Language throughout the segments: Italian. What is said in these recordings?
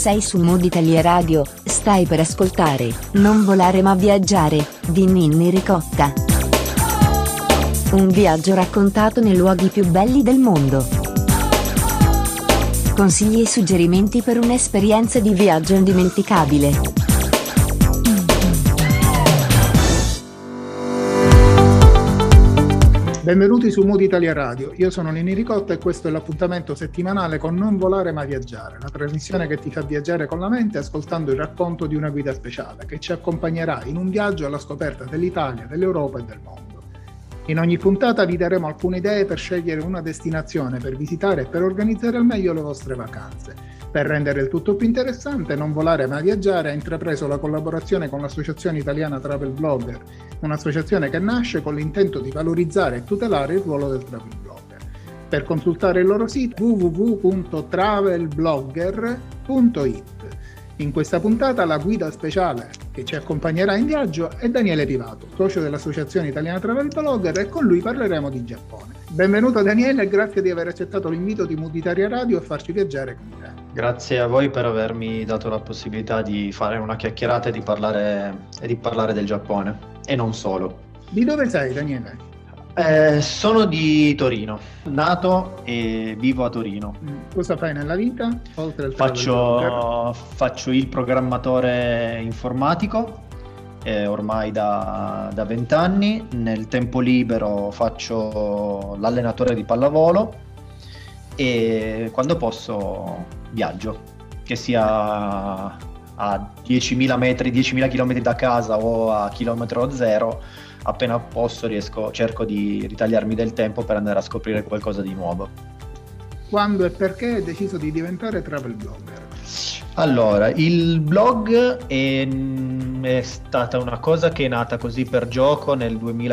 Sei su Mood Italia Radio, stai per ascoltare Non volare ma viaggiare, di Ninni Ricotta. Un viaggio raccontato nei luoghi più belli del mondo. Consigli e suggerimenti per un'esperienza di viaggio indimenticabile. Benvenuti su Mood Italia Radio, io sono Ninni Ricotta e questo è l'appuntamento settimanale con Non volare ma viaggiare, la trasmissione che ti fa viaggiare con la mente ascoltando il racconto di una guida speciale che ci accompagnerà in un viaggio alla scoperta dell'Italia, dell'Europa e del mondo. In ogni puntata vi daremo alcune idee per scegliere una destinazione per visitare e per organizzare al meglio le vostre vacanze. Per rendere il tutto più interessante, Non volare ma viaggiare ha intrapreso la collaborazione con l'Associazione Italiana Travel Blogger, un'associazione che nasce con l'intento di valorizzare e tutelare il ruolo del travel blogger. Per consultare il loro sito www.travelblogger.it. In questa puntata la guida speciale che ci accompagnerà in viaggio è Daniele Rivato, socio dell'Associazione Italiana Travel Blogger, e con lui parleremo di Giappone. Benvenuto Daniele e grazie di aver accettato l'invito di Mood Italia Radio a farci viaggiare con te. Grazie a voi per avermi dato la possibilità di fare una chiacchierata e di parlare del Giappone, e non solo. Di dove sei Daniele? Sono di Torino, nato e vivo a Torino. Cosa fai nella vita? Oltre al Faccio il programmatore informatico ormai da 20 anni. Nel tempo libero faccio l'allenatore di pallavolo e quando posso viaggio, che sia a 10.000 metri, 10.000 km da casa o a chilometro zero. Appena posso cerco di ritagliarmi del tempo per andare a scoprire qualcosa di nuovo. Quando e perché hai deciso di diventare travel blogger? Allora, il blog è stata una cosa che è nata così per gioco nel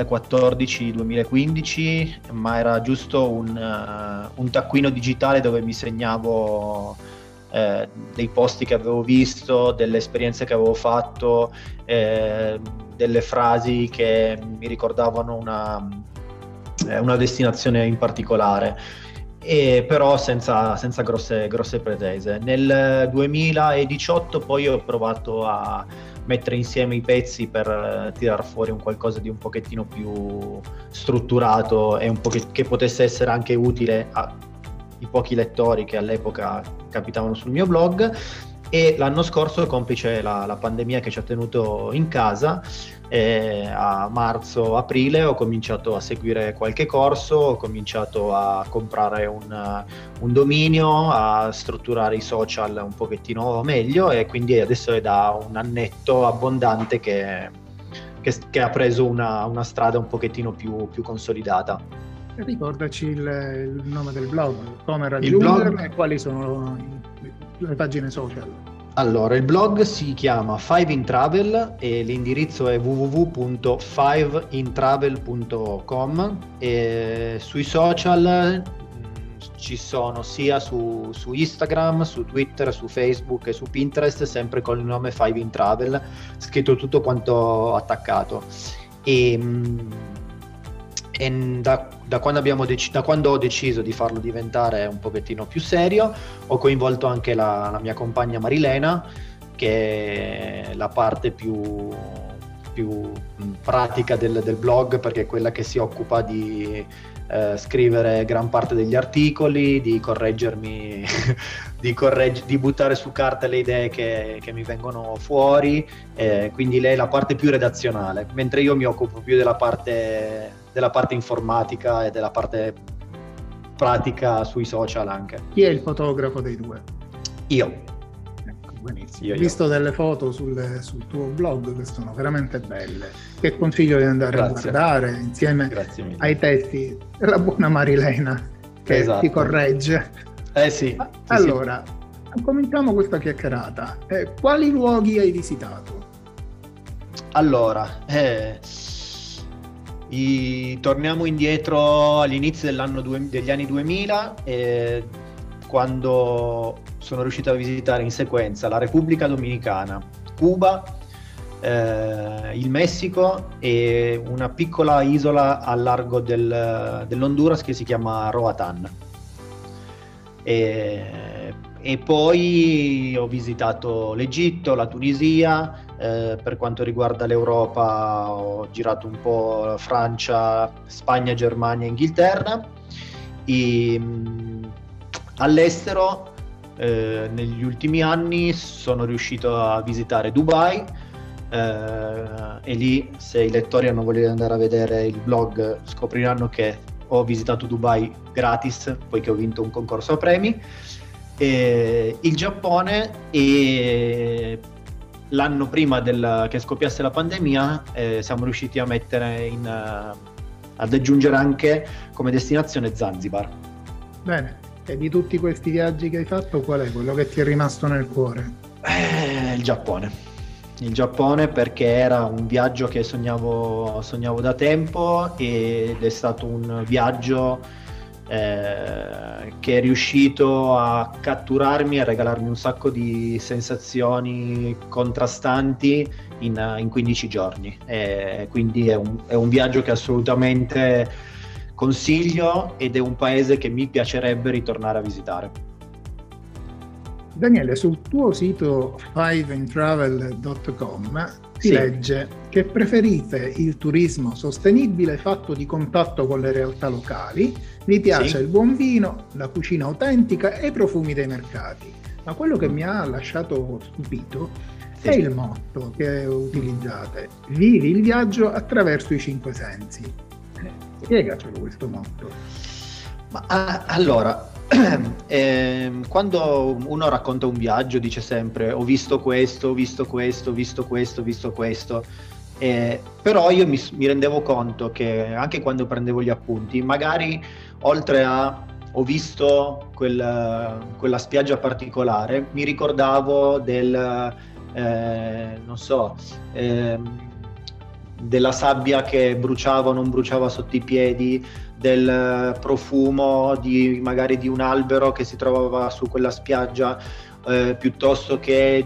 2014-2015, ma era giusto un taccuino digitale dove mi segnavo dei posti che avevo visto, delle esperienze che avevo fatto, delle frasi che mi ricordavano una destinazione in particolare, e però senza grosse pretese. Nel 2018 poi ho provato a mettere insieme i pezzi per tirar fuori un qualcosa di un pochettino più strutturato e che potesse essere anche utile ai pochi lettori che all'epoca capitavano sul mio blog. E l'anno scorso, complice la pandemia che ci ha tenuto in casa, a marzo-aprile ho cominciato a seguire qualche corso, ho cominciato a comprare un dominio, a strutturare i social un pochettino meglio, e quindi adesso è da un annetto abbondante che ha preso una strada un pochettino più consolidata. Ricordaci il nome del blog, come raggiungerlo e quali sono le pagine social. Allora, il blog si chiama Five in Travel e l'indirizzo è www.fiveintravel.com, e sui social ci sono sia su Instagram, su Twitter, su Facebook e su Pinterest, sempre con il nome Five in Travel, scritto tutto quanto attaccato. E da quando ho deciso di farlo diventare un pochettino più serio, ho coinvolto anche la mia compagna Marilena, che è la parte più pratica del blog, perché è quella che si occupa di scrivere gran parte degli articoli, di correggermi, di buttare su carta le idee che mi vengono fuori, quindi lei è la parte più redazionale, mentre io mi occupo più della parte informatica e della parte pratica sui social anche. Chi è il fotografo dei due? Io. Ecco, benissimo. Ho visto delle foto sul tuo blog che sono veramente belle, che consiglio di andare a guardare insieme ai testi della buona Marilena che ti corregge. Sì. Allora, cominciamo questa chiacchierata. Quali luoghi hai visitato? Allora, torniamo indietro all'inizio degli anni 2000, quando sono riuscito a visitare in sequenza la Repubblica Dominicana, Cuba, il Messico e una piccola isola al largo dell'Honduras che si chiama Roatán. E poi ho visitato l'Egitto, la Tunisia, per quanto riguarda l'Europa ho girato un po' Francia, Spagna, Germania, Inghilterra. All'estero negli ultimi anni sono riuscito a visitare Dubai, e lì, se i lettori hanno voglia di andare a vedere il blog, scopriranno che ho visitato Dubai gratis, poiché ho vinto un concorso a premi. Il Giappone, e l'anno prima che scoppiasse la pandemia siamo riusciti a mettere ad aggiungere anche come destinazione Zanzibar. Bene, e di tutti questi viaggi che hai fatto, qual è quello che ti è rimasto nel cuore? Il Giappone, perché era un viaggio che sognavo da tempo, ed è stato un viaggio che è riuscito a catturarmi e a regalarmi un sacco di sensazioni contrastanti in 15 giorni, quindi è un viaggio che assolutamente consiglio, ed è un paese che mi piacerebbe ritornare a visitare. Daniele, sul tuo sito fiveandtravel.com si legge che preferite il turismo sostenibile fatto di contatto con le realtà locali, vi piace il buon vino, la cucina autentica e i profumi dei mercati. Ma quello che mi ha lasciato stupito è il motto che utilizzate: vivi il viaggio attraverso i 5 sensi. Spiegacelo questo motto. Allora, quando uno racconta un viaggio dice sempre ho visto questo, ho visto questo, ho visto questo, ho visto questo, però io mi rendevo conto che anche quando prendevo gli appunti, magari oltre a ho visto quella spiaggia particolare, mi ricordavo della sabbia che bruciava o non bruciava sotto i piedi, del profumo magari di un albero che si trovava su quella spiaggia, piuttosto che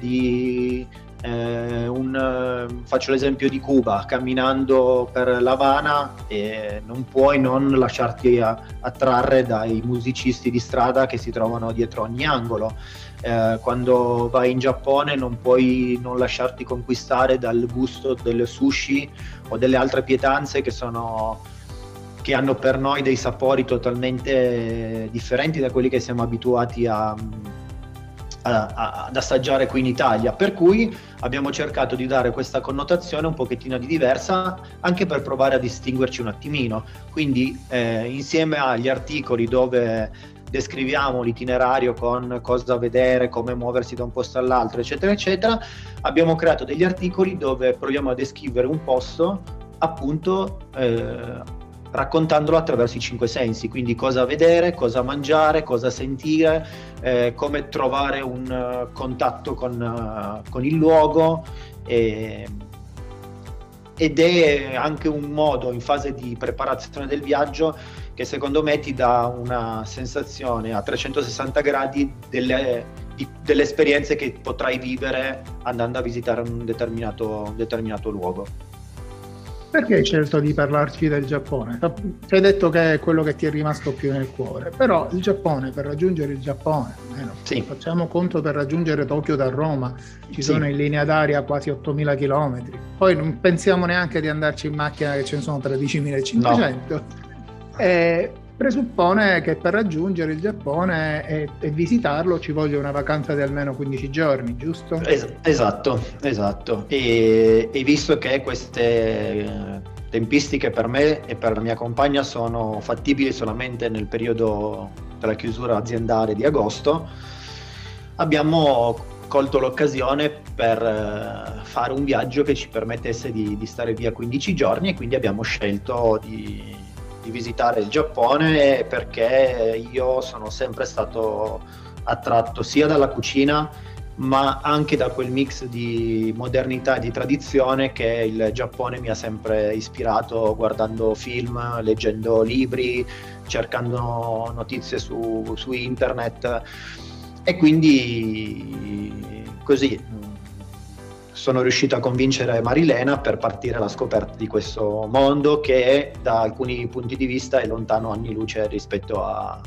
faccio l'esempio di Cuba, camminando per l'Havana, non puoi non lasciarti attrarre dai musicisti di strada che si trovano dietro ogni angolo. Quando vai in Giappone non puoi non lasciarti conquistare dal gusto del sushi o delle altre pietanze che hanno per noi dei sapori totalmente differenti da quelli che siamo abituati ad assaggiare qui in Italia, per cui abbiamo cercato di dare questa connotazione un pochettino diversa, anche per provare a distinguerci un attimino. Quindi insieme agli articoli dove descriviamo l'itinerario con cosa vedere, come muoversi da un posto all'altro, eccetera eccetera, abbiamo creato degli articoli dove proviamo a descrivere un posto, appunto raccontandolo attraverso i 5 sensi, quindi cosa vedere, cosa mangiare, cosa sentire, come trovare un contatto con il luogo, ed è anche un modo in fase di preparazione del viaggio che secondo me ti dà una sensazione a 360 gradi delle esperienze che potrai vivere andando a visitare un determinato luogo. Perché hai scelto di parlarci del Giappone? Ci hai detto che è quello che ti è rimasto più nel cuore, però il Giappone, per raggiungere il Giappone, facciamo conto, per raggiungere Tokyo da Roma, ci sono in linea d'aria quasi 8.000 km, poi non pensiamo neanche di andarci in macchina che ce ne sono 13.500, presuppone che per raggiungere il Giappone e visitarlo ci voglia una vacanza di almeno 15 giorni, giusto? Esatto. E visto che queste tempistiche per me e per la mia compagna sono fattibili solamente nel periodo della chiusura aziendale di agosto, abbiamo colto l'occasione per fare un viaggio che ci permettesse di stare via 15 giorni, e quindi abbiamo scelto di visitare il Giappone, perché io sono sempre stato attratto sia dalla cucina ma anche da quel mix di modernità e di tradizione che il Giappone mi ha sempre ispirato, guardando film, leggendo libri, cercando notizie su internet, e quindi così sono riuscito a convincere Marilena per partire alla scoperta di questo mondo che da alcuni punti di vista è lontano anni luce rispetto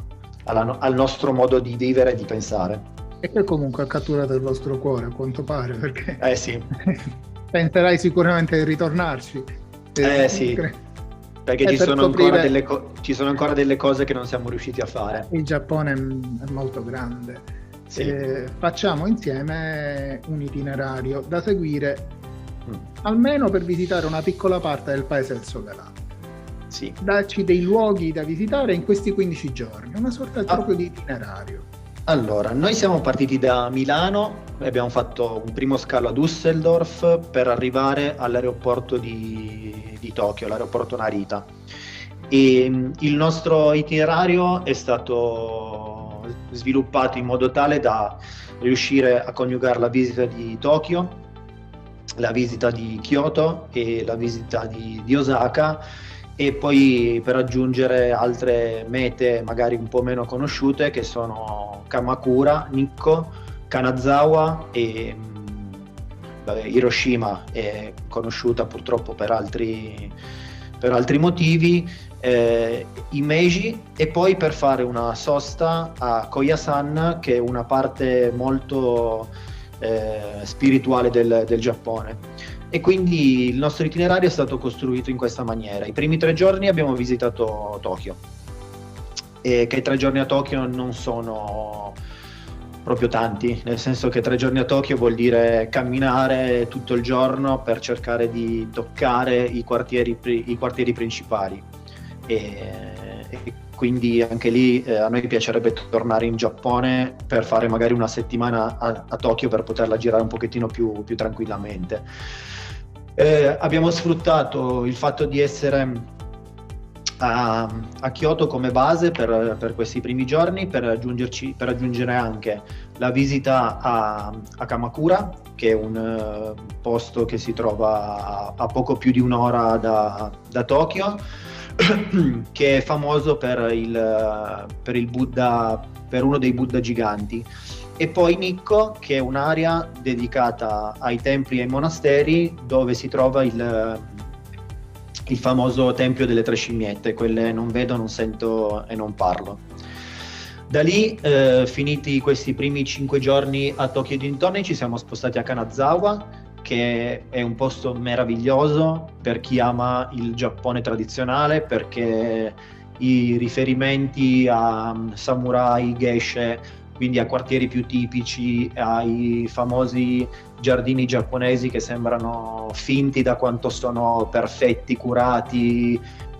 al nostro modo di vivere e di pensare. E che comunque ha catturato il vostro cuore, a quanto pare, perché Sì. penserai sicuramente di ritornarci. Sì, perché ci sono ancora delle cose che non siamo riusciti a fare. Il Giappone è molto grande. Sì. Facciamo insieme un itinerario da seguire almeno per visitare una piccola parte del paese del Sogalà. Sì. Dacci dei luoghi da visitare in questi 15 giorni, una sorta proprio di itinerario. Allora, noi siamo partiti da Milano e abbiamo fatto un primo scalo a Düsseldorf per arrivare all'aeroporto di Tokyo, l'aeroporto Narita. E il nostro itinerario è stato sviluppato in modo tale da riuscire a coniugare la visita di Tokyo, la visita di Kyoto e la visita di Osaka, e poi per raggiungere altre mete magari un po' meno conosciute, che sono Kamakura, Nikko, Kanazawa e Hiroshima è conosciuta purtroppo per altri motivi, Himeji, e poi per fare una sosta a Koyasan, che è una parte molto spirituale del Giappone. E quindi il nostro itinerario è stato costruito in questa maniera. I primi 3 giorni abbiamo visitato Tokyo, e che 3 giorni a Tokyo non sono proprio tanti, nel senso che 3 giorni a Tokyo vuol dire camminare tutto il giorno per cercare di toccare i quartieri principali, e quindi anche lì a noi piacerebbe tornare in Giappone per fare magari una settimana a Tokyo per poterla girare un pochettino più tranquillamente. Abbiamo sfruttato il fatto di essere a Kyoto come base per questi primi giorni, per aggiungere anche la visita a Kamakura, che è un posto che si trova a poco più di un'ora da Tokyo, che è famoso per il Buddha, per uno dei Buddha giganti. E poi Nikko, che è un'area dedicata ai templi e ai monasteri, dove si trova il famoso tempio delle 3 scimmiette, quelle non vedo, non sento e non parlo. Da lì, finiti questi primi 5 giorni a Tokyo e dintorni, ci siamo spostati a Kanazawa, che è un posto meraviglioso per chi ama il Giappone tradizionale, perché i riferimenti a samurai, geishe, quindi a quartieri più tipici, ai famosi giardini giapponesi che sembrano finti da quanto sono perfetti, curati.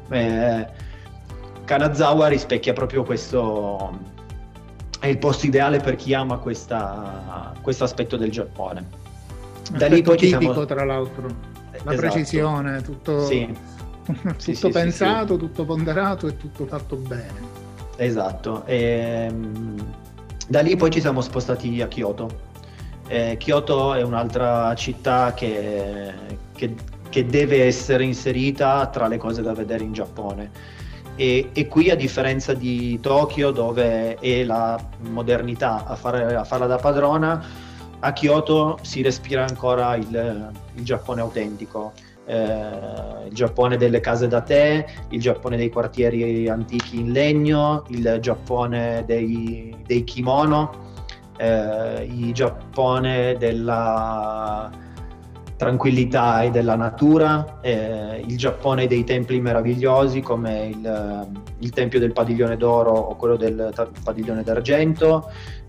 Kanazawa rispecchia proprio questo, è il posto ideale per chi ama questo aspetto del Giappone. Da lì poi tipico, tra l'altro, la esatto. Precisione, tutto, sì. tutto pensato, tutto ponderato e tutto fatto bene. Esatto. Da lì poi ci siamo spostati a Kyoto. Kyoto è un'altra città che deve essere inserita tra le cose da vedere in Giappone. E qui, a differenza di Tokyo, dove è la modernità a farla da padrona, a Kyoto si respira ancora il Giappone autentico. Il Giappone delle case da tè, il Giappone dei quartieri antichi in legno, il Giappone dei kimono, il Giappone della tranquillità e della natura, il Giappone dei templi meravigliosi come il Tempio del Padiglione d'Oro o quello del Padiglione d'Argento,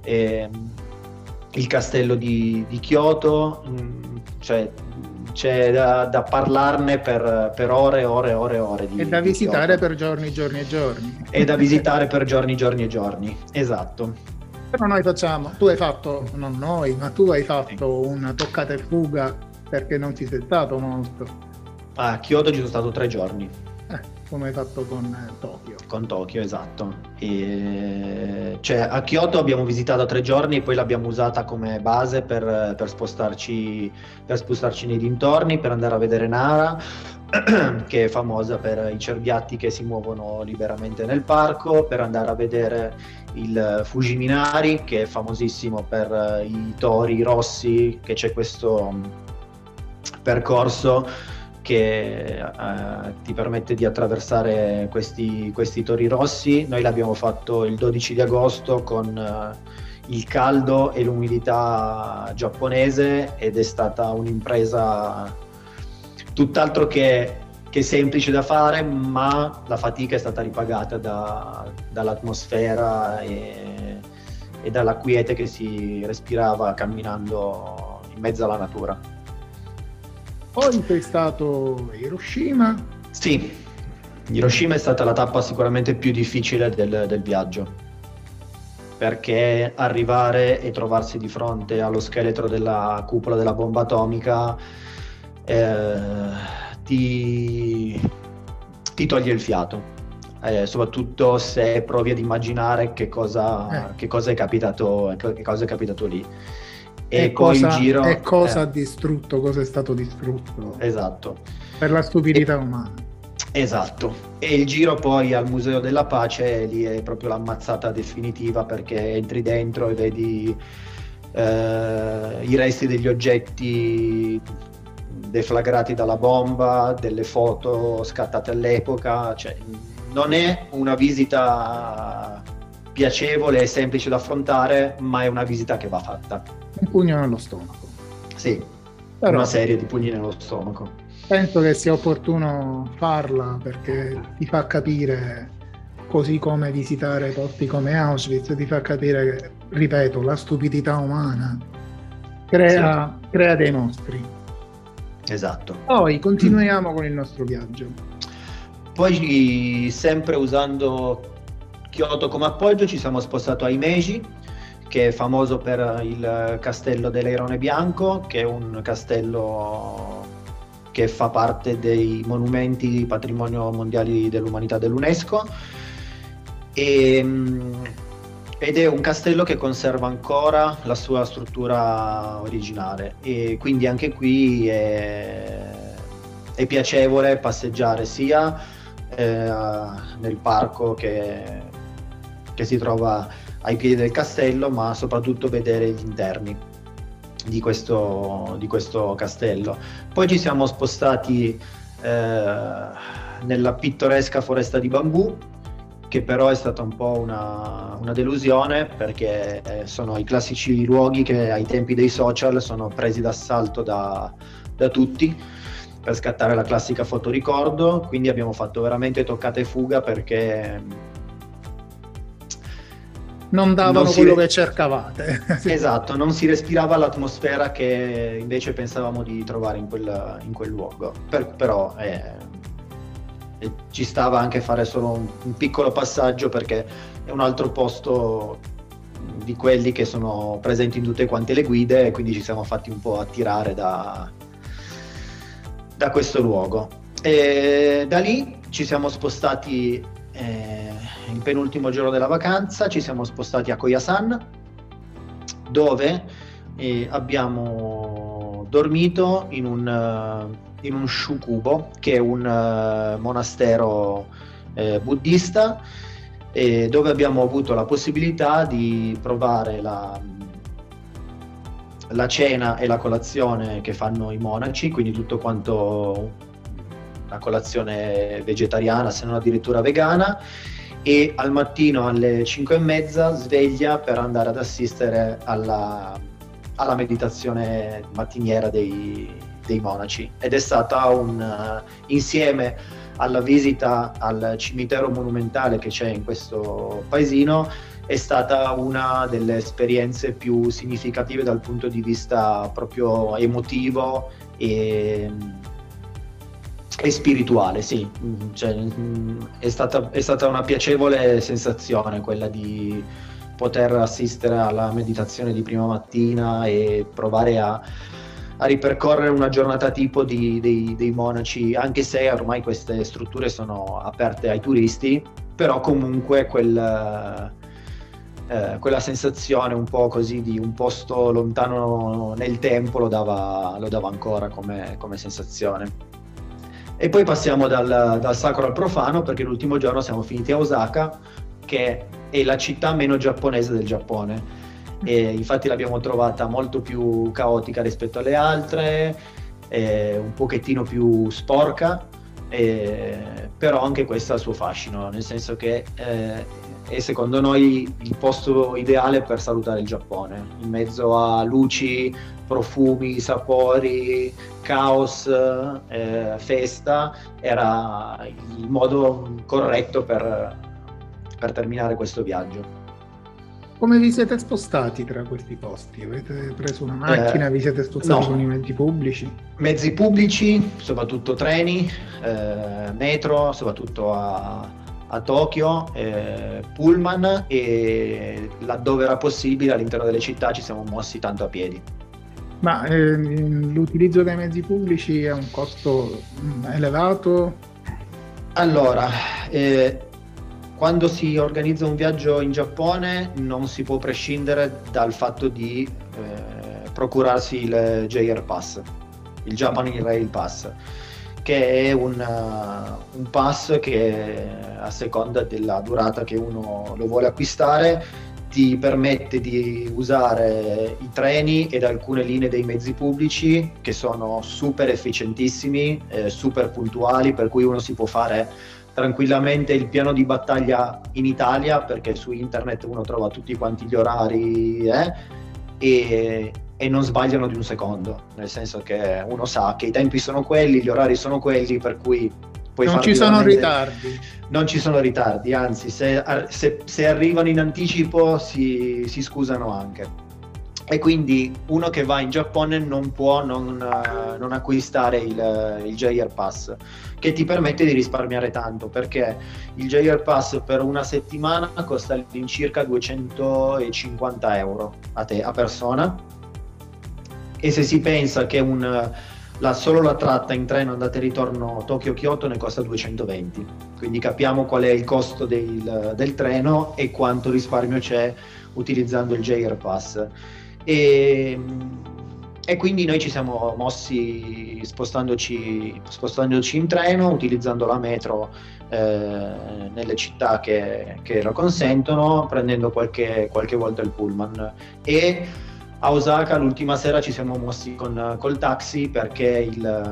il castello di Kyoto, cioè c'è da parlarne per ore e ore e ore e ore. E da visitare per giorni e giorni e giorni. E da visitare per giorni e giorni e giorni, esatto. Però noi tu hai fatto, non noi, ma tu hai fatto una toccata e fuga, perché non ci sei stato molto. A Kyoto ci sono stato 3 giorni. Come hai fatto con Tokyo. Con Tokyo, esatto. Cioè, a Kyoto abbiamo visitato 3 giorni e poi l'abbiamo usata come base per spostarci nei dintorni, per andare a vedere Nara, che è famosa per i cerbiatti che si muovono liberamente nel parco, per andare a vedere il Fujiminari, che è famosissimo per i tori rossi, che c'è questo percorso che ti permette di attraversare questi tori rossi. Noi l'abbiamo fatto il 12 di agosto con il caldo e l'umidità giapponese, ed è stata un'impresa tutt'altro che semplice da fare, ma la fatica è stata ripagata dall'atmosfera e dalla quiete che si respirava camminando in mezzo alla natura. Poi sei stato a Hiroshima. Sì, Hiroshima è stata la tappa sicuramente più difficile del viaggio, perché arrivare e trovarsi di fronte allo scheletro della cupola della bomba atomica ti toglie il fiato, soprattutto se provi ad immaginare che cosa è capitato lì. E poi il giro ha distrutto, cosa è stato distrutto. Esatto. Per la stupidità umana. Esatto. E il giro poi al Museo della Pace, lì è proprio l'ammazzata definitiva, perché entri dentro e vedi i resti degli oggetti deflagrati dalla bomba, delle foto scattate all'epoca. Cioè, non è una visita piacevole e semplice da affrontare, ma è una visita che va fatta. Un pugno nello stomaco. Sì, però una serie di pugni nello stomaco. Penso che sia opportuno farla, perché ti fa capire, così come visitare posti come Auschwitz, ti fa capire che, ripeto, la stupidità umana crea dei mostri. Esatto. Poi continuiamo con il nostro viaggio. Poi, sempre usando Kyoto come appoggio, ci siamo spostati a Himeji, che è famoso per il castello dell'Airone Bianco, che è un castello che fa parte dei monumenti patrimonio mondiale dell'umanità dell'UNESCO, ed è un castello che conserva ancora la sua struttura originale, e quindi anche qui è piacevole passeggiare sia nel parco che si trova ai piedi del castello, ma soprattutto vedere gli interni di questo castello. Poi ci siamo spostati nella pittoresca foresta di bambù, che però è stata un po' una delusione, perché sono i classici luoghi che ai tempi dei social sono presi d'assalto da tutti per scattare la classica fotoricordo. Quindi abbiamo fatto veramente toccata e fuga, perché non davano quello che cercavate. Esatto, non si respirava l'atmosfera che invece pensavamo di trovare in quel luogo. Però ci stava anche fare solo un piccolo passaggio, perché è un altro posto di quelli che sono presenti in tutte quante le guide, e quindi ci siamo fatti un po' attirare da questo luogo. E da lì ci siamo spostati il penultimo giorno della vacanza, ci siamo spostati a Koyasan, dove abbiamo dormito in un shukubo, che è un monastero buddista, dove abbiamo avuto la possibilità di provare la cena e la colazione che fanno i monaci, quindi tutto quanto una colazione vegetariana, se non addirittura vegana, e al mattino alle 5:30 sveglia per andare ad assistere alla meditazione mattiniera dei monaci. Ed è stata insieme alla visita al cimitero monumentale che c'è in questo paesino, è stata una delle esperienze più significative dal punto di vista proprio emotivo e spirituale, sì. Cioè, è stata una piacevole sensazione quella di poter assistere alla meditazione di prima mattina e provare a ripercorrere una giornata tipo dei monaci, anche se ormai queste strutture sono aperte ai turisti, però comunque quella sensazione un po' così di un posto lontano nel tempo lo dava ancora come sensazione. E poi passiamo dal sacro al profano, perché l'ultimo giorno siamo finiti a Osaka, che è la città meno giapponese del Giappone, e infatti l'abbiamo trovata molto più caotica rispetto alle altre, un pochettino più sporca, però anche questa ha il suo fascino, nel senso che è secondo noi il posto ideale per salutare il Giappone, in mezzo a luci, profumi, sapori, caos, festa. Era il modo corretto per terminare questo viaggio. Come vi siete spostati tra questi posti? Avete preso una macchina, vi siete spostati no. con i mezzi pubblici? Mezzi pubblici, soprattutto treni, metro, soprattutto a Tokyo, pullman, e laddove era possibile all'interno delle città ci siamo mossi tanto a piedi. Ma l'utilizzo dei mezzi pubblici è un costo elevato? Allora, quando si organizza un viaggio in Giappone non si può prescindere dal fatto di procurarsi il JR Pass, il Japan Rail Pass, che è un pass che, a seconda della durata che uno lo vuole acquistare, ti permette di usare i treni ed alcune linee dei mezzi pubblici che sono super efficientissimi, super puntuali, per cui uno si può fare tranquillamente il piano di battaglia in Italia, perché su internet uno trova tutti quanti gli orari e non sbagliano di un secondo, nel senso che uno sa che i tempi sono quelli, gli orari sono quelli, per cui puoi non ci sono ritardi. Non ci sono ritardi, anzi se arrivano in anticipo si scusano anche. E quindi uno che va in Giappone non può non acquistare il JR Pass, che ti permette di risparmiare tanto, perché il JR Pass per una settimana costa all'incirca 250 euro a persona, e se si pensa che solo la tratta in treno andata e ritorno Tokyo-Kyoto ne costa 220, quindi capiamo qual è il costo del treno e quanto risparmio c'è utilizzando il JR Pass. E quindi noi ci siamo mossi spostandoci in treno, utilizzando la metro nelle città che lo consentono, prendendo qualche volta il pullman. E a Osaka l'ultima sera ci siamo mossi col taxi, perché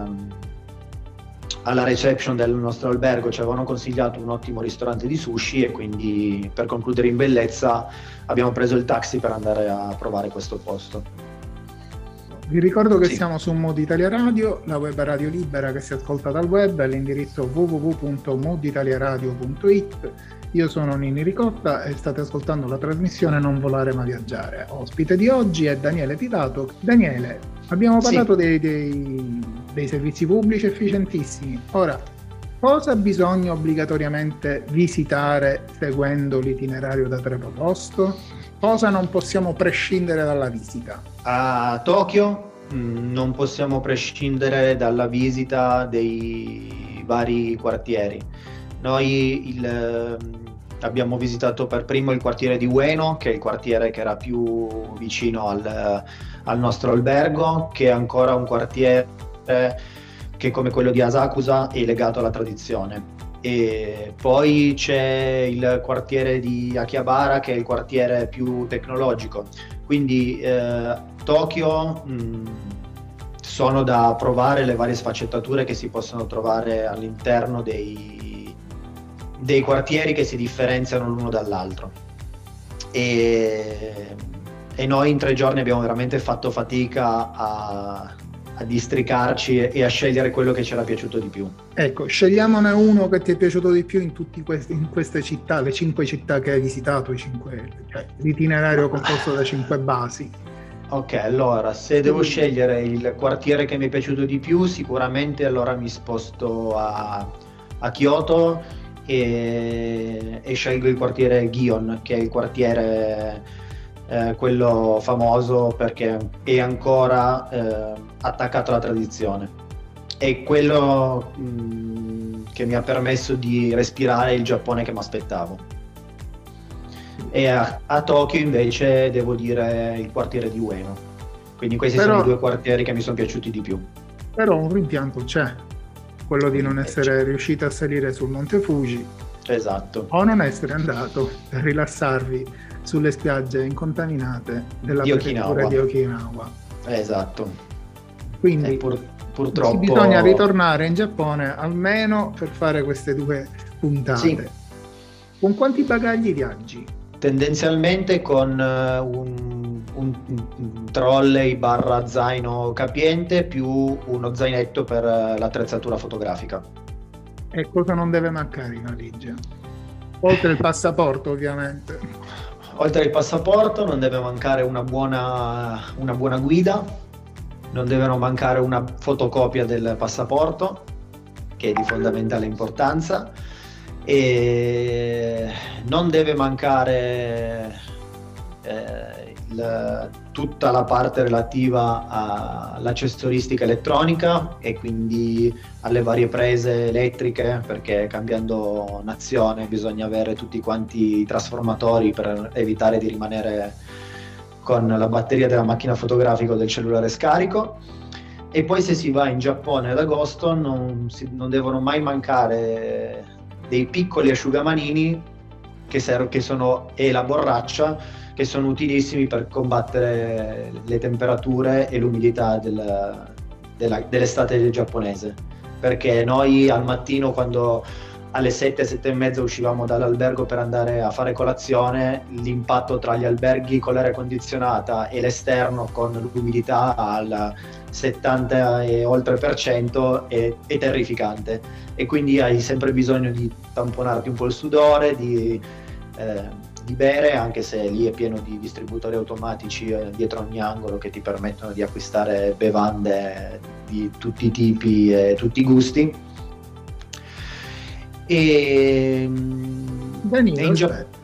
alla reception del nostro albergo ci avevano consigliato un ottimo ristorante di sushi, e quindi, per concludere in bellezza, abbiamo preso il taxi per andare a provare questo posto. Vi ricordo che siamo su Mod Italia Radio, la web radio libera che si ascolta dal web, all'indirizzo www.moditaliaradio.it. Io sono Ninni Ricotta e state ascoltando la trasmissione Non volare ma viaggiare. Ospite di oggi è Daniele Pivato. Daniele, abbiamo parlato dei servizi pubblici efficientissimi. Ora, cosa bisogna obbligatoriamente visitare seguendo l'itinerario da te proposto? Cosa non possiamo prescindere dalla visita? A Tokyo non possiamo prescindere dalla visita dei vari quartieri. Noi abbiamo visitato per primo il quartiere di Ueno, che è il quartiere che era più vicino al nostro albergo, che è ancora un quartiere che, come quello di Asakusa, è legato alla tradizione. E poi c'è il quartiere di Akihabara, che è il quartiere più tecnologico. Quindi Tokyo sono da provare le varie sfaccettature che si possono trovare all'interno dei quartieri che si differenziano l'uno dall'altro. E noi in 3 giorni abbiamo veramente fatto fatica a districarci e a scegliere quello che ci era piaciuto di più. Ecco, scegliamone uno che ti è piaciuto di più in queste città, le 5 città che hai visitato, l'itinerario composto da 5 basi. Ok, allora, se devo scegliere il quartiere che mi è piaciuto di più, sicuramente allora mi sposto a Kyoto e scelgo il quartiere Gion, che è il quartiere quello famoso perché è ancora attaccato alla tradizione. È quello che mi ha permesso di respirare il Giappone che mi aspettavo. E a Tokyo invece devo dire il quartiere di Ueno. Quindi questi sono i 2 quartieri che mi sono piaciuti di più. Però un rimpianto c'è, quello di non essere riuscito a salire sul Monte Fuji. Esatto. O non essere andato per rilassarvi sulle spiagge incontaminate della prefettura di Okinawa. Esatto. Quindi purtroppo bisogna ritornare in Giappone almeno per fare queste 2 puntate. Sì. Con quanti bagagli viaggi? Tendenzialmente con un trolley / zaino capiente più uno zainetto per l'attrezzatura fotografica. E cosa non deve mancare in valigia? Oltre il passaporto, ovviamente. Oltre il passaporto non deve mancare una buona guida, non devono mancare una fotocopia del passaporto, che è di fondamentale importanza, e non deve mancare tutta la parte relativa all'accessoristica elettronica e quindi alle varie prese elettriche, perché cambiando nazione bisogna avere tutti quanti i trasformatori per evitare di rimanere con la batteria della macchina fotografica o del cellulare scarico. E poi se si va in Giappone ad agosto non devono mai mancare dei piccoli asciugamanini e la borraccia, che sono utilissimi per combattere le temperature e l'umidità dell'estate giapponese, perché noi al mattino, quando alle 7 e mezza uscivamo dall'albergo per andare a fare colazione, l'impatto tra gli alberghi con l'aria condizionata e l'esterno con l'umidità al 70 e oltre % è terrificante, e quindi hai sempre bisogno di tamponarti un po' il sudore, di bere, anche se lì è pieno di distributori automatici dietro ogni angolo che ti permettono di acquistare bevande di tutti i tipi e tutti i gusti. Danilo,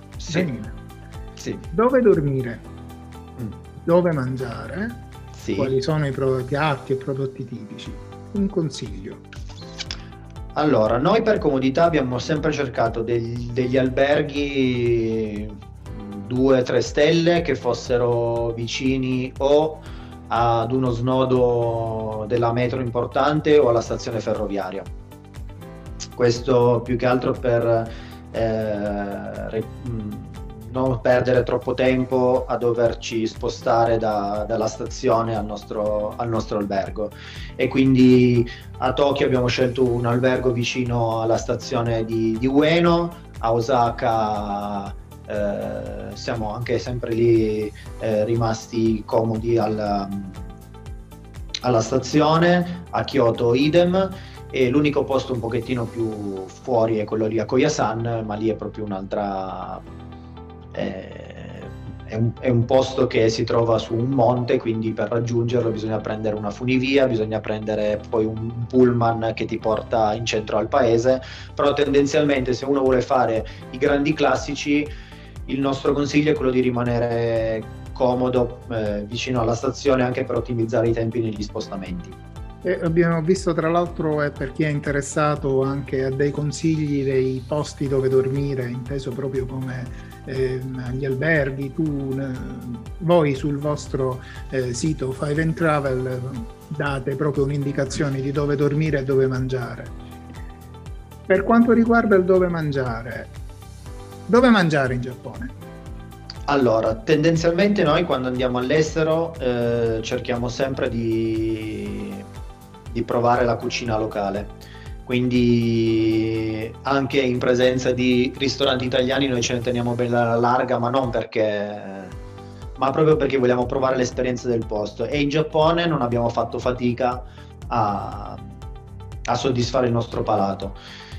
sì. Dove dormire? Dove mangiare? Sì. Quali sono i piatti e prodotti tipici? Un consiglio. Allora, noi per comodità abbiamo sempre cercato degli alberghi 2-3 stelle che fossero vicini o ad uno snodo della metro importante o alla stazione ferroviaria. Questo più che altro per non perdere troppo tempo a doverci spostare dalla stazione al nostro albergo. E quindi a Tokyo abbiamo scelto un albergo vicino alla stazione di Ueno. A Osaka siamo anche sempre lì rimasti comodi alla stazione. A Kyoto idem, e l'unico posto un pochettino più fuori è quello lì a Koyasan, ma lì è proprio un'altra è un posto che si trova su un monte, quindi per raggiungerlo bisogna prendere una funivia, bisogna prendere poi un pullman che ti porta in centro al paese. Però tendenzialmente, se uno vuole fare i grandi classici, il nostro consiglio è quello di rimanere comodo vicino alla stazione, anche per ottimizzare i tempi negli spostamenti. E abbiamo visto, tra l'altro, per chi è interessato, anche a dei consigli dei posti dove dormire, inteso proprio come agli alberghi. Voi sul vostro sito Five and Travel date proprio un'indicazione di dove dormire e dove mangiare. Per quanto riguarda il dove mangiare in Giappone? Allora, tendenzialmente noi quando andiamo all'estero cerchiamo sempre di provare la cucina locale, quindi anche in presenza di ristoranti italiani noi ce ne teniamo bella larga, ma proprio perché vogliamo provare l'esperienza del posto. E in Giappone non abbiamo fatto fatica a soddisfare il nostro palato.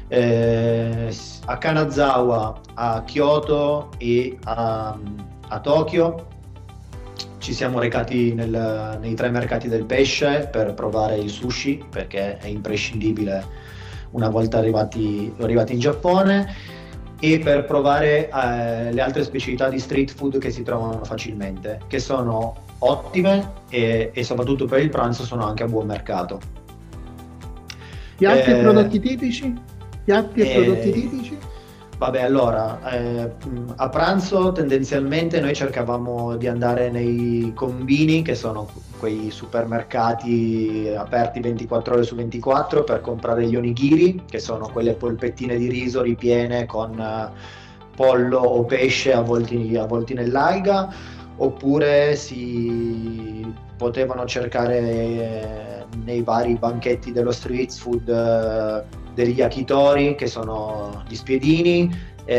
A Kanazawa, a Kyoto e a Tokyo ci siamo recati nei 3 mercati del pesce per provare il sushi, perché è imprescindibile una volta arrivati in Giappone, e per provare le altre specialità di street food che si trovano facilmente, che sono ottime e soprattutto per il pranzo sono anche a buon mercato. Piatti e prodotti tipici? Prodotti tipici? Vabbè, allora, a pranzo tendenzialmente noi cercavamo di andare nei combini, che sono quei supermercati aperti 24 ore su 24, per comprare gli onigiri, che sono quelle polpettine di riso ripiene con pollo o pesce avvolti nell'alga, oppure si potevano cercare nei vari banchetti dello street food degli yakitori, che sono gli spiedini,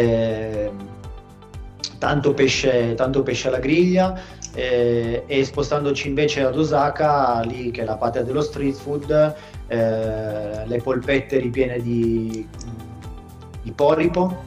tanto pesce alla griglia, e spostandoci invece ad Osaka, lì che è la patria dello street food, le polpette ripiene di polipo,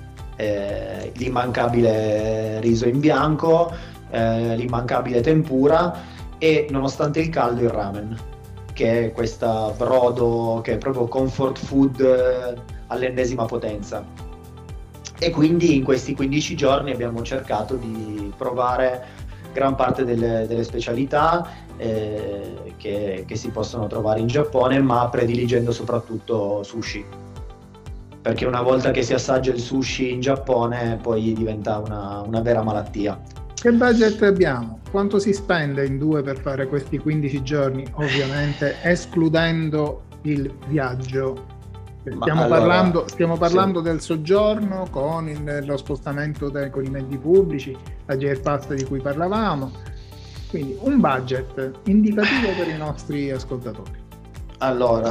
l'immancabile riso in bianco, l'immancabile tempura e, nonostante il caldo, il ramen, che è questa brodo che è proprio comfort food all'ennesima potenza. E quindi in questi 15 giorni abbiamo cercato di provare gran parte delle specialità che si possono trovare in Giappone, ma prediligendo soprattutto sushi, perché una volta che si assaggia il sushi in Giappone poi diventa una vera malattia. Che budget abbiamo? Quanto si spende in due per fare questi 15 giorni? Ovviamente escludendo il viaggio. Stiamo parlando del soggiorno con lo spostamento con i mezzi pubblici, la JR Pass di cui parlavamo. Quindi un budget indicativo per i nostri ascoltatori. Allora,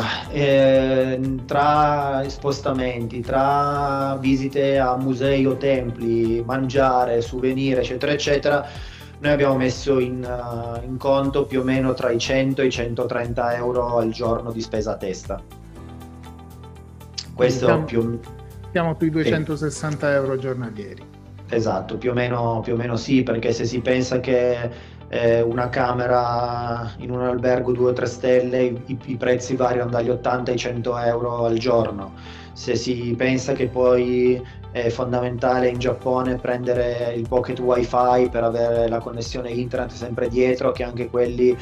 tra spostamenti, tra visite a musei o templi, mangiare, souvenir, eccetera, eccetera, noi abbiamo messo in conto più o meno tra i 100 e i 130 euro al giorno di spesa a testa. Questo siamo sui 260 euro giornalieri. Esatto, più o meno sì, perché se si pensa che una camera in un albergo 2 o 3 stelle, i prezzi variano dagli 80 ai 100 euro al giorno. Se si pensa che poi è fondamentale in Giappone prendere il pocket wifi per avere la connessione internet sempre dietro, che anche quelli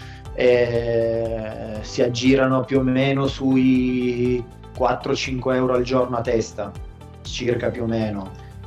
si aggirano più o meno sui 4-5 euro al giorno a testa, circa, più o meno.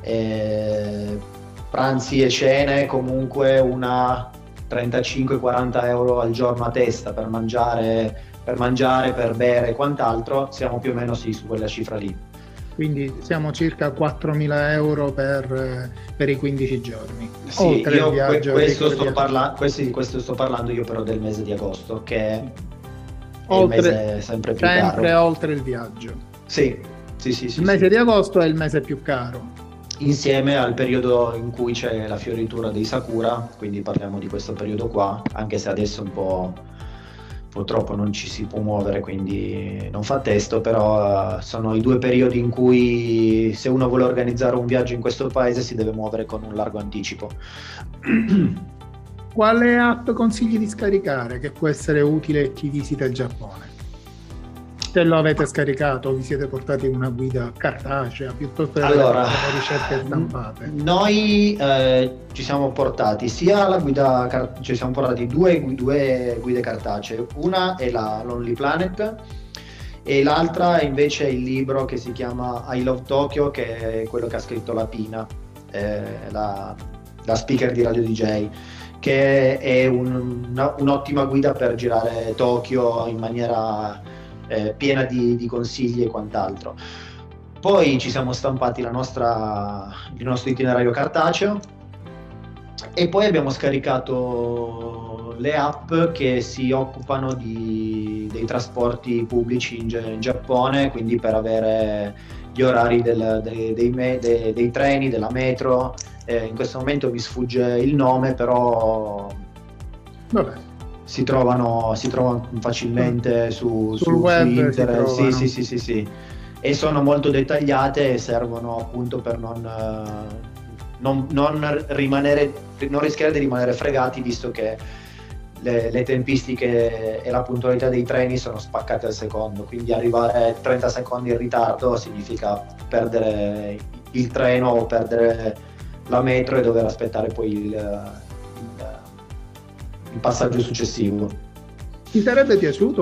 Pranzi e cene comunque una 35-40 euro al giorno a testa per mangiare, per bere e quant'altro. Siamo più o meno sì su quella cifra lì. Quindi siamo circa 4.000 euro per i 15 giorni. Sì, oltre io il viaggio, questo sto parlando io però del mese di agosto, che è il mese sempre più caro. Sempre oltre il viaggio. Sì. Il mese di agosto è il mese più caro. Insieme al periodo in cui c'è la fioritura dei sakura, quindi parliamo di questo periodo qua, anche se adesso un po' purtroppo non ci si può muovere, quindi non fa testo, però sono i 2 periodi in cui, se uno vuole organizzare un viaggio in questo paese, si deve muovere con un largo anticipo. Quale app consigli di scaricare che può essere utile a chi visita il Giappone? Se lo avete scaricato, vi siete portati una guida cartacea piuttosto che ricerche stampate? Noi ci siamo portati sia la guida, ci siamo portati due guide cartacee. Una è la Lonely Planet e l'altra invece è il libro che si chiama I Love Tokyo, che è quello che ha scritto la Pina, la speaker di Radio DJ, che è un'ottima guida per girare Tokyo in maniera piena di consigli e quant'altro. Poi ci siamo stampati il nostro itinerario cartaceo e poi abbiamo scaricato le app che si occupano dei trasporti pubblici in Giappone, quindi per avere gli orari dei treni, della metro. In questo momento mi sfugge il nome, però vabbè, si trovano facilmente sul web, su internet. Sì. E sono molto dettagliate e servono appunto per non rischiare di rimanere fregati, visto che le tempistiche e la puntualità dei treni sono spaccate al secondo, quindi arrivare 30 secondi in ritardo significa perdere il treno o perdere la metro e dover aspettare poi il passaggio successivo. Vi sarebbe piaciuto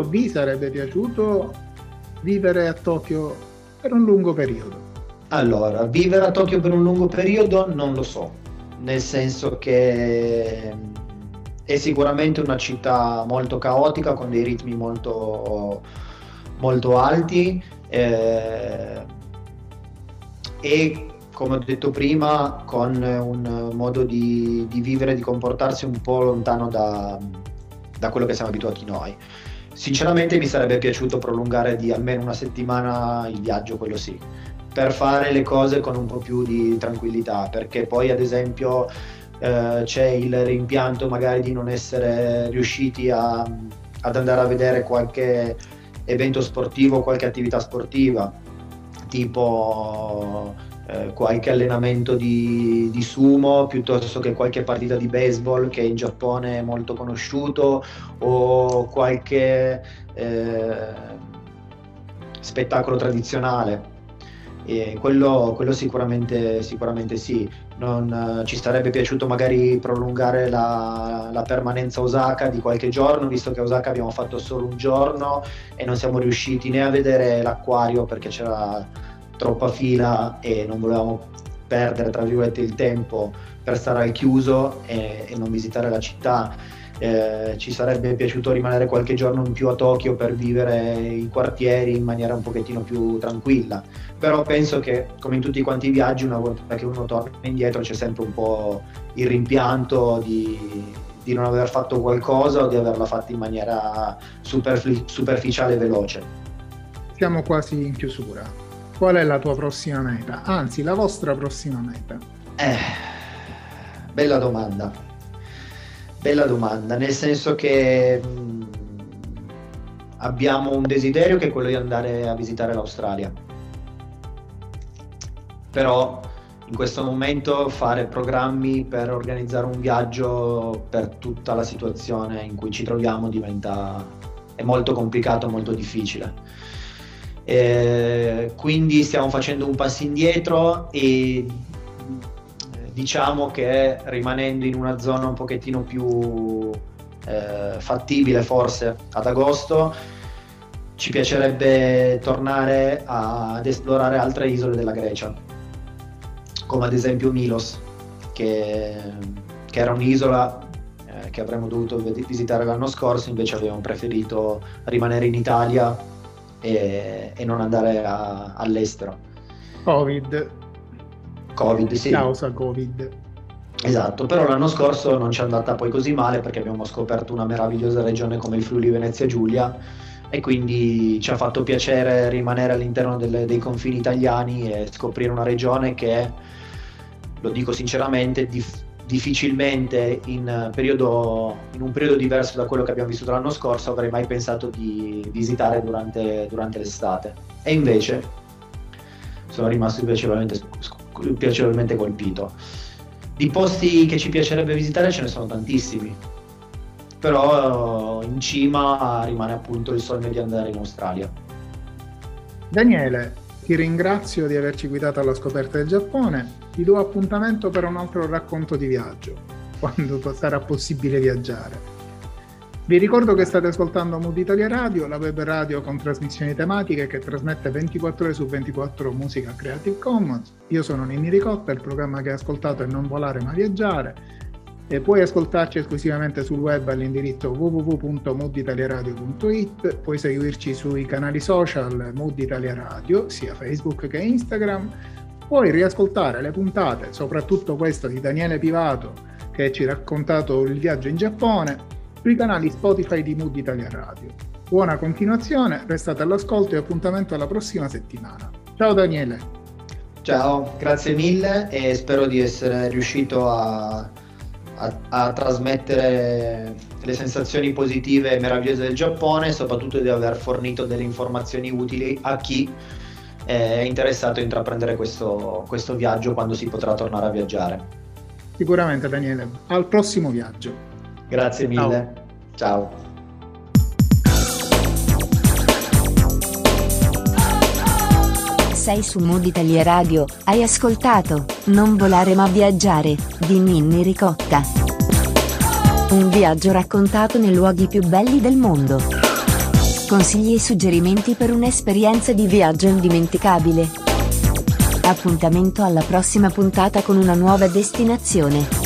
vivere a Tokyo per un lungo periodo? Allora, vivere a Tokyo per un lungo periodo non lo so, nel senso che è sicuramente una città molto caotica, con dei ritmi molto, molto alti, e come ho detto prima, con un modo di vivere, di comportarsi un po' lontano da quello che siamo abituati noi. Sinceramente mi sarebbe piaciuto prolungare di almeno una settimana il viaggio, quello sì, per fare le cose con un po' più di tranquillità, perché poi ad esempio c'è il rimpianto magari di non essere riusciti ad andare a vedere qualche evento sportivo, qualche attività sportiva, tipo qualche allenamento di sumo, piuttosto che qualche partita di baseball che in Giappone è molto conosciuto, o qualche spettacolo tradizionale. E quello sicuramente sì. Ci sarebbe piaciuto magari prolungare la permanenza a Osaka di qualche giorno, visto che a Osaka abbiamo fatto solo un giorno e non siamo riusciti né a vedere l'acquario perché c'era troppa fila e non volevamo perdere, tra virgolette, il tempo per stare al chiuso e non visitare la città. Ci sarebbe piaciuto rimanere qualche giorno in più a Tokyo per vivere i quartieri in maniera un pochettino più tranquilla, però penso che, come in tutti quanti i viaggi, una volta che uno torna indietro c'è sempre un po' il rimpianto di non aver fatto qualcosa o di averla fatta in maniera superficiale e veloce. Siamo quasi in chiusura. Qual è la tua prossima meta? Anzi, la vostra prossima meta? Bella domanda, nel senso che abbiamo un desiderio che è quello di andare a visitare l'Australia, però in questo momento fare programmi per organizzare un viaggio per tutta la situazione in cui ci troviamo è molto complicato, molto difficile. Quindi stiamo facendo un passo indietro e diciamo che rimanendo in una zona un pochettino più fattibile, forse ad agosto, ci piacerebbe tornare ad esplorare altre isole della Grecia, come ad esempio Milos, che era un'isola che avremmo dovuto visitare l'anno scorso, invece abbiamo preferito rimanere in Italia e non andare all'estero. Covid, sì. Causa Covid. Esatto, però l'anno scorso non ci è andata poi così male perché abbiamo scoperto una meravigliosa regione come il Friuli Venezia Giulia e quindi ci ha fatto piacere rimanere all'interno dei confini italiani e scoprire una regione che, lo dico sinceramente, difficilmente in un periodo diverso da quello che abbiamo vissuto l'anno scorso avrei mai pensato di visitare durante l'estate, e invece sono rimasto piacevolmente colpito. Di posti che ci piacerebbe visitare ce ne sono tantissimi, però in cima rimane appunto il sogno di andare in Australia. Daniele, ti ringrazio di averci guidato alla scoperta del Giappone. Ti do appuntamento per un altro racconto di viaggio, quando sarà possibile viaggiare. Vi ricordo che state ascoltando Mood Italia Radio, la web radio con trasmissioni tematiche che trasmette 24 ore su 24 musica Creative Commons. Io sono Ninni Ricotta, il programma che hai ascoltato è Non Volare Ma Viaggiare, e puoi ascoltarci esclusivamente sul web all'indirizzo www.mooditaliaradio.it, puoi seguirci sui canali social Mood Italia Radio, sia Facebook che Instagram, puoi riascoltare le puntate, soprattutto questa di Daniele Pivato che ci ha raccontato il viaggio in Giappone, sui canali Spotify di Mood Italia Radio. Buona continuazione, restate all'ascolto e appuntamento alla prossima settimana. Ciao Daniele. Ciao, grazie mille e spero di essere riuscito a trasmettere le sensazioni positive e meravigliose del Giappone, e soprattutto di aver fornito delle informazioni utili a chi è interessato a intraprendere questo viaggio quando si potrà tornare a viaggiare. Sicuramente Daniele, al prossimo viaggio. Grazie mille. Ciao. Sei su Mood Italia Radio, hai ascoltato Non volare ma viaggiare di Ninni Ricotta. Un viaggio raccontato nei luoghi più belli del mondo. Consigli e suggerimenti per un'esperienza di viaggio indimenticabile. Appuntamento alla prossima puntata con una nuova destinazione.